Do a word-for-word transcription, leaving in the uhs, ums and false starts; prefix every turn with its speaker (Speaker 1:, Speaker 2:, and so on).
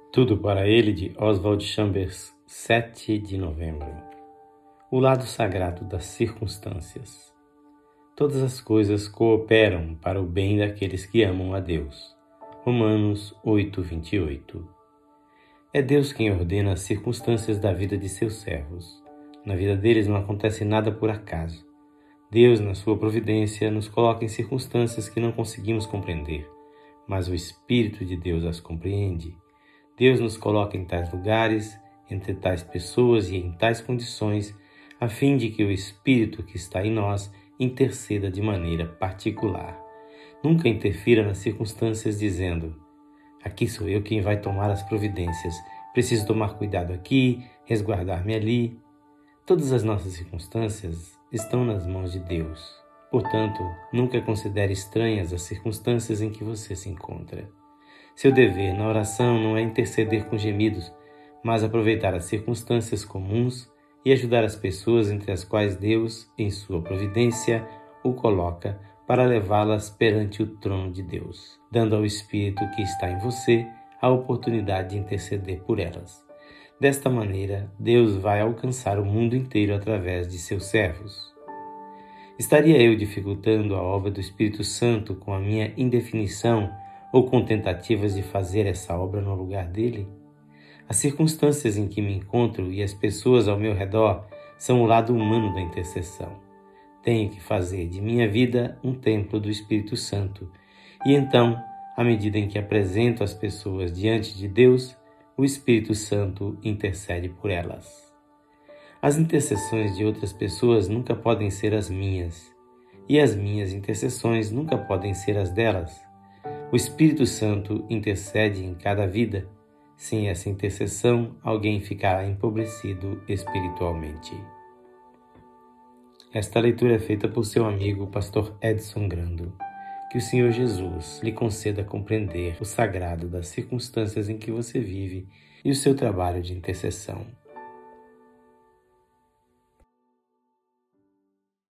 Speaker 1: Tudo para ele, de Oswald Chambers, sete de novembro. O lado sagrado das circunstâncias. Todas as coisas cooperam para o bem daqueles que amam a Deus. Romanos oito, vinte e oito. É Deus quem ordena as circunstâncias da vida de seus servos. Na vida deles não acontece nada por acaso. Deus, na sua providência, nos coloca em circunstâncias que não conseguimos compreender, mas o Espírito de Deus as compreende. Deus nos coloca em tais lugares, entre tais pessoas e em tais condições, a fim de que o Espírito que está em nós interceda de maneira particular. Nunca interfira nas circunstâncias dizendo: aqui sou eu quem vai tomar as providências, preciso tomar cuidado aqui, resguardar-me ali. Todas as nossas circunstâncias estão nas mãos de Deus. Portanto, nunca considere estranhas as circunstâncias em que você se encontra. Seu dever na oração não é interceder com gemidos, mas aproveitar as circunstâncias comuns e ajudar as pessoas entre as quais Deus, em sua providência, o coloca para levá-las perante o trono de Deus, dando ao Espírito que está em você a oportunidade de interceder por elas. Desta maneira, Deus vai alcançar o mundo inteiro através de seus servos. Estaria eu dificultando a obra do Espírito Santo com a minha indefinição ou com tentativas de fazer essa obra no lugar dele? As circunstâncias em que me encontro e as pessoas ao meu redor são o lado humano da intercessão. Tenho que fazer de minha vida um templo do Espírito Santo, e então, à medida em que apresento as pessoas diante de Deus, o Espírito Santo intercede por elas. As intercessões de outras pessoas nunca podem ser as minhas, e as minhas intercessões nunca podem ser as delas. O Espírito Santo intercede em cada vida. Sem essa intercessão, alguém ficará empobrecido espiritualmente. Esta leitura é feita por seu amigo, pastor Edson Grando. Que o Senhor Jesus lhe conceda compreender o sagrado das circunstâncias em que você vive e o seu trabalho de intercessão.